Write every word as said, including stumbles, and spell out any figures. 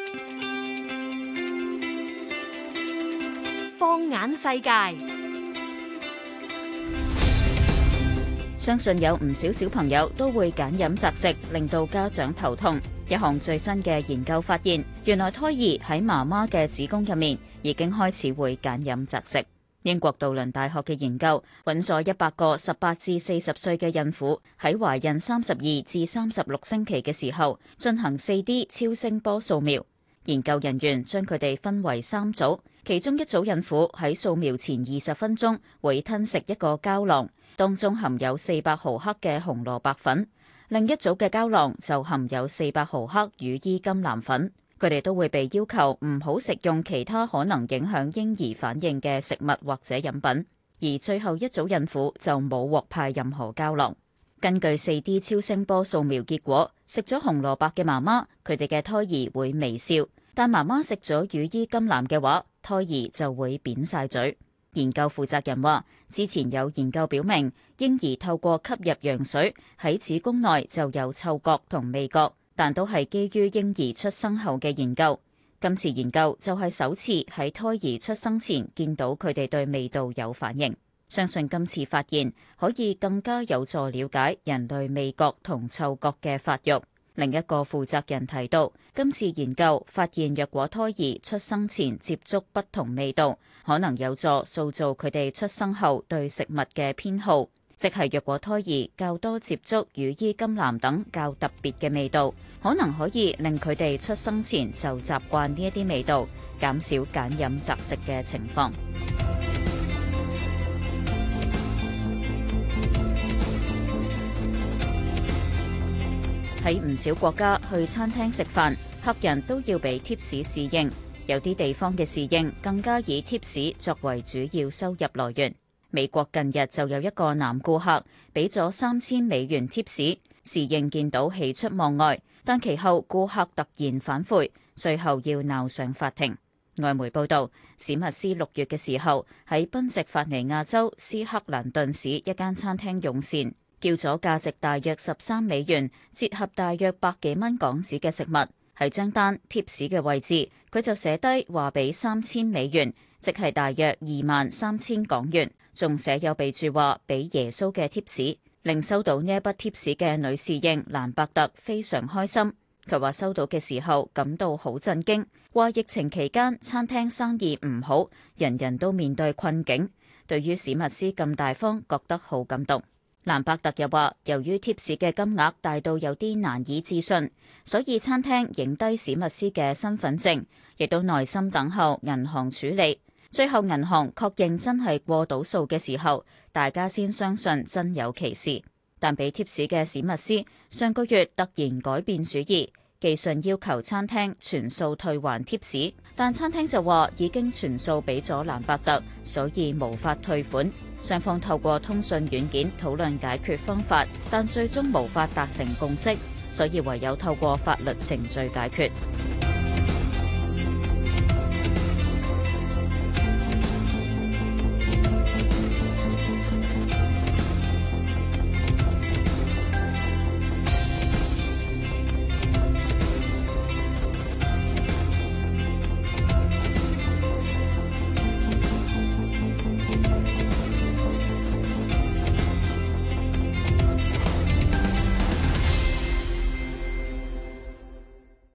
放眼世界， 相信有唔少小朋友都會揀飲擇食，令到家長頭痛。一項最新嘅研究發現，原來胎兒喺媽媽嘅子宮入面已經開始會揀飲擇食。英國杜倫大學嘅研究揾咗一百個十八至四十歲嘅孕婦喺懷孕三十二至三十六星期嘅時候進行四 D 超聲波掃描。研究人員將佢哋分為三組，其中一組孕婦喺掃描前二十分鐘會吞食一個膠囊，當中含有四百毫克嘅紅蘿蔔粉，另一組嘅膠囊就含有四百毫克羽衣甘藍粉。佢哋都會被要求唔好食用其他可能影響嬰兒反應嘅食物或者飲品，而最後一組孕婦就冇獲派任何膠囊。根據四 D 超聲波掃描結果，食咗紅蘿蔔嘅媽媽，佢哋嘅胎兒會微笑，但媽媽食咗羽衣甘藍嘅話，胎兒就會扁晒嘴。研究負責人話，之前有研究表明，嬰兒透過吸入羊水喺子宮內就有嗅覺同味覺，但都係基於嬰兒出生後嘅研究。今次研究就係首次喺胎兒出生前見到佢哋對味道有反應。相信今次發現可以更加有助了解人類味覺同嗅覺嘅發育。另一個負責人提到，今次研究發現，若果胎兒出生前接觸不同味道，可能有助塑造佢哋出生後對食物嘅偏好。即係若果胎兒較多接觸羽衣甘藍等較特別嘅味道，可能可以令佢哋出生前就習慣呢一啲味道，減少揀飲擇食嘅情況。喺唔少國家去餐廳食飯，客人都要俾貼士侍應，有啲地方嘅侍應更加以貼士作為主要收入來源。美國近日就有一個男顧客俾咗三千美元貼士，侍應見到喜出望外，但其後顧客突然反悔，最後要鬧上法庭。外媒報道，史密斯六月嘅時候喺賓夕法尼亞州斯克蘭頓市一間餐廳用膳，叫咗價值大約十三美元，折合大約百幾蚊港紙嘅食物。喺張單貼士嘅位置，佢就寫低話俾三千美元，即係大約二萬三千港元，仲寫有備註話俾耶穌嘅貼士。令收到呢一筆貼士嘅女侍應蘭伯特非常開心，佢話收到嘅時候感到好震驚，話疫情期間餐廳生意唔好，人人都面對困境，對於史密斯咁大方覺得好感動。蘭伯特又話，由於貼士嘅金額大到有啲難以置信，所以餐廳影低史密斯嘅身份證，亦都耐心等候銀行處理。最後銀行確認真係過到數嘅時候，大家先相信真有其事。但俾貼士嘅史密斯上個月突然改變主意，寄信要求餐廳全數退還貼士，但餐廳就話已經全數俾咗蘭伯特，所以無法退款。雙方透過通訊軟件討論解決方法，但最終無法達成共識，所以唯有透過法律程序解決。